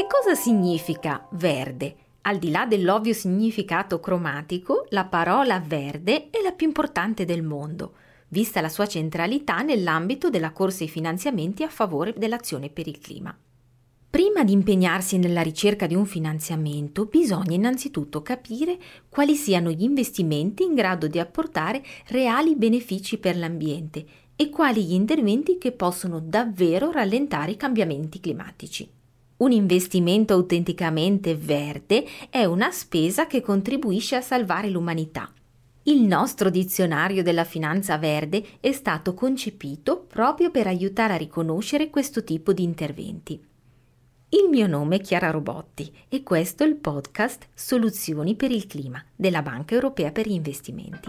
Che cosa significa verde? Al di là dell'ovvio significato cromatico, la parola verde è la più importante del mondo, vista la sua centralità nell'ambito della corsa ai finanziamenti a favore dell'azione per il clima. Prima di impegnarsi nella ricerca di un finanziamento, bisogna innanzitutto capire quali siano gli investimenti in grado di apportare reali benefici per l'ambiente e quali gli interventi che possono davvero rallentare i cambiamenti climatici. Un investimento autenticamente verde è una spesa che contribuisce a salvare l'umanità. Il nostro dizionario della finanza verde è stato concepito proprio per aiutare a riconoscere questo tipo di interventi. Il mio nome è Chiara Robotti e questo è il podcast Soluzioni per il clima della Banca Europea per gli Investimenti.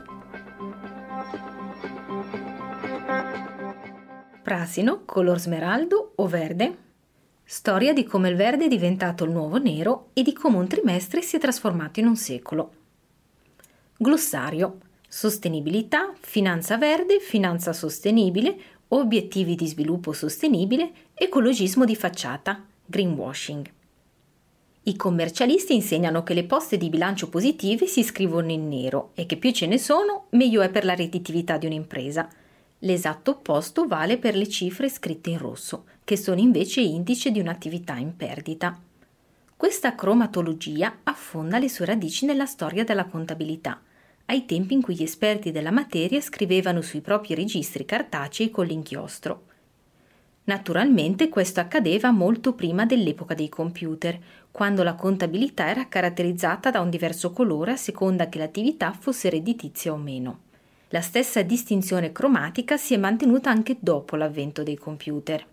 Prasino, color smeraldo o verde? Storia di come il verde è diventato il nuovo nero e di come un trimestre si è trasformato in un secolo. Glossario: sostenibilità, finanza verde, finanza sostenibile, obiettivi di sviluppo sostenibile, ecologismo di facciata, greenwashing. I commercialisti insegnano che le poste di bilancio positive si scrivono in nero e che più ce ne sono, meglio è per la redditività di un'impresa. L'esatto opposto vale per le cifre scritte in rosso, che sono invece indice di un'attività in perdita. Questa cromatologia affonda le sue radici nella storia della contabilità, ai tempi in cui gli esperti della materia scrivevano sui propri registri cartacei con l'inchiostro. Naturalmente questo accadeva molto prima dell'epoca dei computer, quando la contabilità era caratterizzata da un diverso colore a seconda che l'attività fosse redditizia o meno. La stessa distinzione cromatica si è mantenuta anche dopo l'avvento dei computer.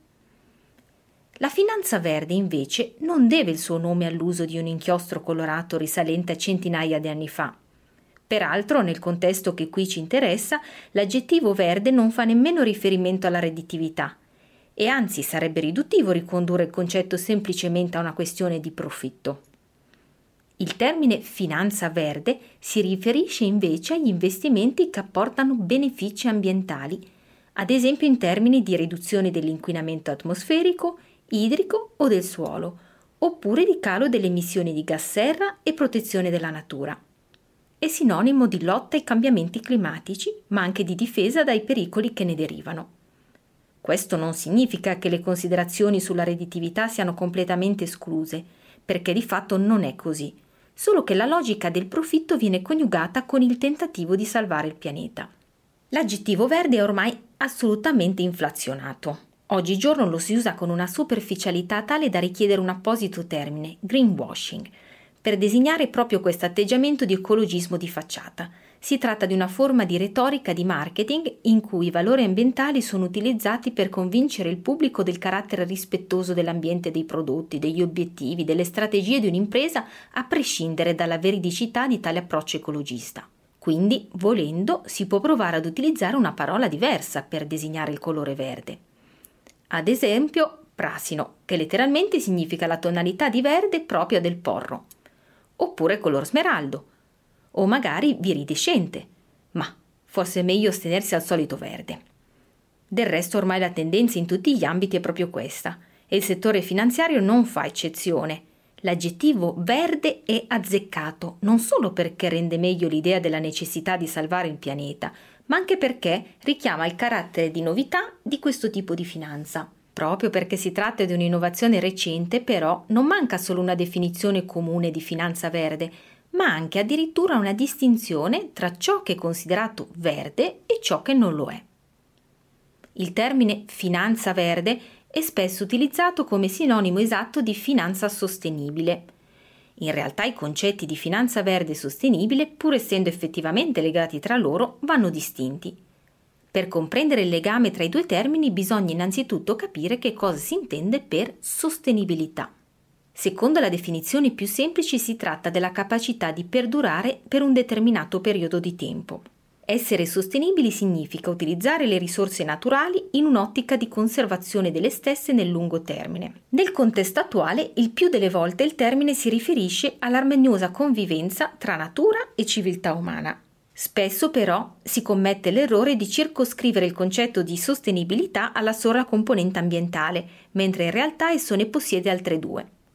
La finanza verde, invece, non deve il suo nome all'uso di un inchiostro colorato risalente a centinaia di anni fa. Peraltro, nel contesto che qui ci interessa, l'aggettivo verde non fa nemmeno riferimento alla redditività, e anzi sarebbe riduttivo ricondurre il concetto semplicemente a una questione di profitto. Il termine finanza verde si riferisce invece agli investimenti che apportano benefici ambientali, ad esempio in termini di riduzione dell'inquinamento atmosferico, idrico o del suolo, oppure di calo delle emissioni di gas serra e protezione della natura. È sinonimo di lotta ai cambiamenti climatici, ma anche di difesa dai pericoli che ne derivano. Questo non significa che le considerazioni sulla redditività siano completamente escluse, perché di fatto non è così, solo che la logica del profitto viene coniugata con il tentativo di salvare il pianeta. L'aggettivo verde è ormai assolutamente inflazionato. Oggigiorno lo si usa con una superficialità tale da richiedere un apposito termine, greenwashing, per designare proprio questo atteggiamento di ecologismo di facciata. Si tratta di una forma di retorica di marketing in cui i valori ambientali sono utilizzati per convincere il pubblico del carattere rispettoso dell'ambiente dei prodotti, degli obiettivi, delle strategie di un'impresa, a prescindere dalla veridicità di tale approccio ecologista. Quindi, volendo, si può provare ad utilizzare una parola diversa per designare il colore verde. Ad esempio, prasino, che letteralmente significa la tonalità di verde propria del porro, oppure color smeraldo, o magari viridescente, ma forse è meglio astenersi al solito verde. Del resto ormai la tendenza in tutti gli ambiti è proprio questa, e il settore finanziario non fa eccezione. L'aggettivo verde è azzeccato non solo perché rende meglio l'idea della necessità di salvare il pianeta, ma anche perché richiama il carattere di novità di questo tipo di finanza. Proprio perché si tratta di un'innovazione recente, però, non manca solo una definizione comune di finanza verde, ma anche addirittura una distinzione tra ciò che è considerato verde e ciò che non lo è. Il termine finanza verde è spesso utilizzato come sinonimo esatto di finanza sostenibile. In realtà i concetti di finanza verde e sostenibile, pur essendo effettivamente legati tra loro, vanno distinti. Per comprendere il legame tra i due termini bisogna innanzitutto capire che cosa si intende per sostenibilità. Secondo la definizione più semplice si tratta della capacità di perdurare per un determinato periodo di tempo. Essere sostenibili significa utilizzare le risorse naturali in un'ottica di conservazione delle stesse nel lungo termine. Nel contesto attuale, il più delle volte il termine si riferisce all'armoniosa convivenza tra natura e civiltà umana. Spesso però si commette l'errore di circoscrivere il concetto di sostenibilità alla sola componente ambientale, mentre in realtà esso ne possiede altre due.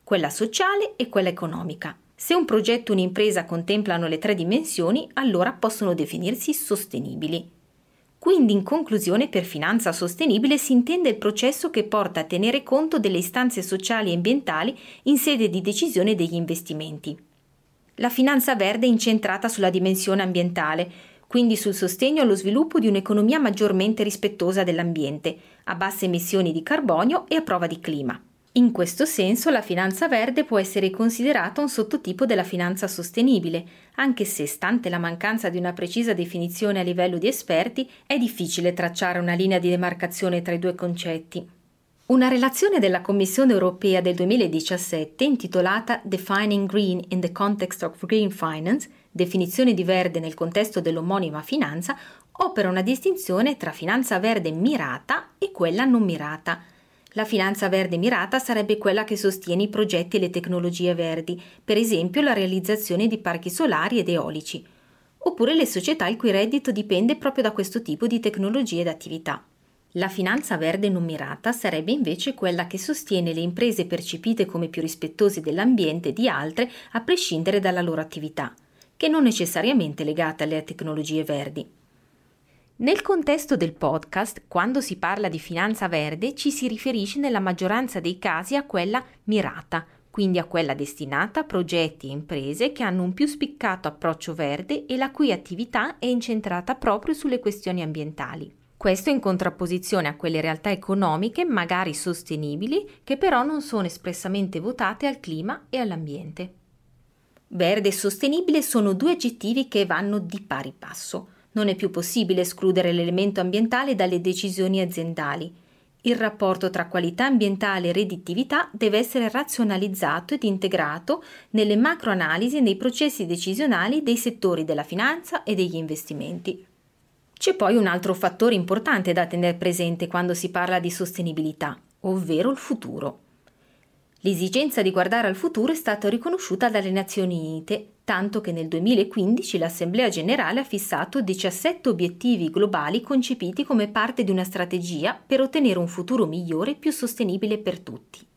quella sociale e quella economica. Se un progetto o un'impresa contemplano le 3 dimensioni, allora possono definirsi sostenibili. Quindi, in conclusione, per finanza sostenibile si intende il processo che porta a tenere conto delle istanze sociali e ambientali in sede di decisione degli investimenti. La finanza verde è incentrata sulla dimensione ambientale, quindi sul sostegno allo sviluppo di un'economia maggiormente rispettosa dell'ambiente, a basse emissioni di carbonio e a prova di clima. In questo senso la finanza verde può essere considerata un sottotipo della finanza sostenibile, anche se, stante la mancanza di una precisa definizione a livello di esperti, è difficile tracciare una linea di demarcazione tra i due concetti. Una relazione della Commissione europea del 2017 intitolata Defining Green in the Context of Green Finance, definizione di verde nel contesto dell'omonima finanza, opera una distinzione tra finanza verde mirata e quella non mirata. La finanza verde mirata sarebbe quella che sostiene i progetti e le tecnologie verdi, per esempio la realizzazione di parchi solari ed eolici, oppure le società il cui reddito dipende proprio da questo tipo di tecnologie ed attività. La finanza verde non mirata sarebbe invece quella che sostiene le imprese percepite come più rispettose dell'ambiente di altre a prescindere dalla loro attività, che non necessariamente legata alle tecnologie verdi. Nel contesto del podcast, quando si parla di finanza verde, ci si riferisce nella maggioranza dei casi a quella mirata, quindi a quella destinata a progetti e imprese che hanno un più spiccato approccio verde e la cui attività è incentrata proprio sulle questioni ambientali. Questo in contrapposizione a quelle realtà economiche, magari sostenibili, che però non sono espressamente votate al clima e all'ambiente. Verde e sostenibile sono 2 aggettivi che vanno di pari passo. Non è più possibile escludere l'elemento ambientale dalle decisioni aziendali. Il rapporto tra qualità ambientale e redditività deve essere razionalizzato ed integrato nelle macroanalisi e nei processi decisionali dei settori della finanza e degli investimenti. C'è poi un altro fattore importante da tenere presente quando si parla di sostenibilità, ovvero il futuro. L'esigenza di guardare al futuro è stata riconosciuta dalle Nazioni Unite, tanto che nel 2015 l'Assemblea Generale ha fissato 17 obiettivi globali concepiti come parte di una strategia per ottenere un futuro migliore e più sostenibile per tutti.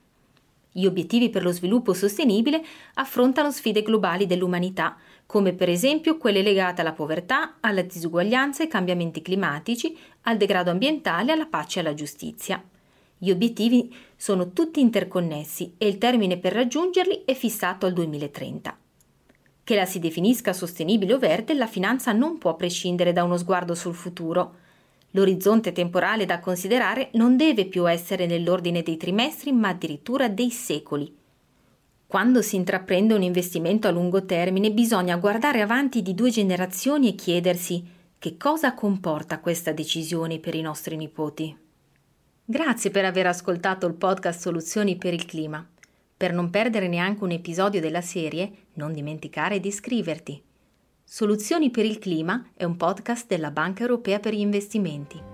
Gli obiettivi per lo sviluppo sostenibile affrontano sfide globali dell'umanità, come per esempio quelle legate alla povertà, alla disuguaglianza, ai cambiamenti climatici, al degrado ambientale, alla pace e alla giustizia. Gli obiettivi sono tutti interconnessi e il termine per raggiungerli è fissato al 2030. Che la si definisca sostenibile o verde, la finanza non può prescindere da uno sguardo sul futuro. L'orizzonte temporale da considerare non deve più essere nell'ordine dei trimestri, ma addirittura dei secoli. Quando si intraprende un investimento a lungo termine, bisogna guardare avanti di 2 generazioni e chiedersi che cosa comporta questa decisione per i nostri nipoti. Grazie per aver ascoltato il podcast Soluzioni per il clima. Per non perdere neanche un episodio della serie, non dimenticare di iscriverti. Soluzioni per il clima è un podcast della Banca Europea per gli Investimenti.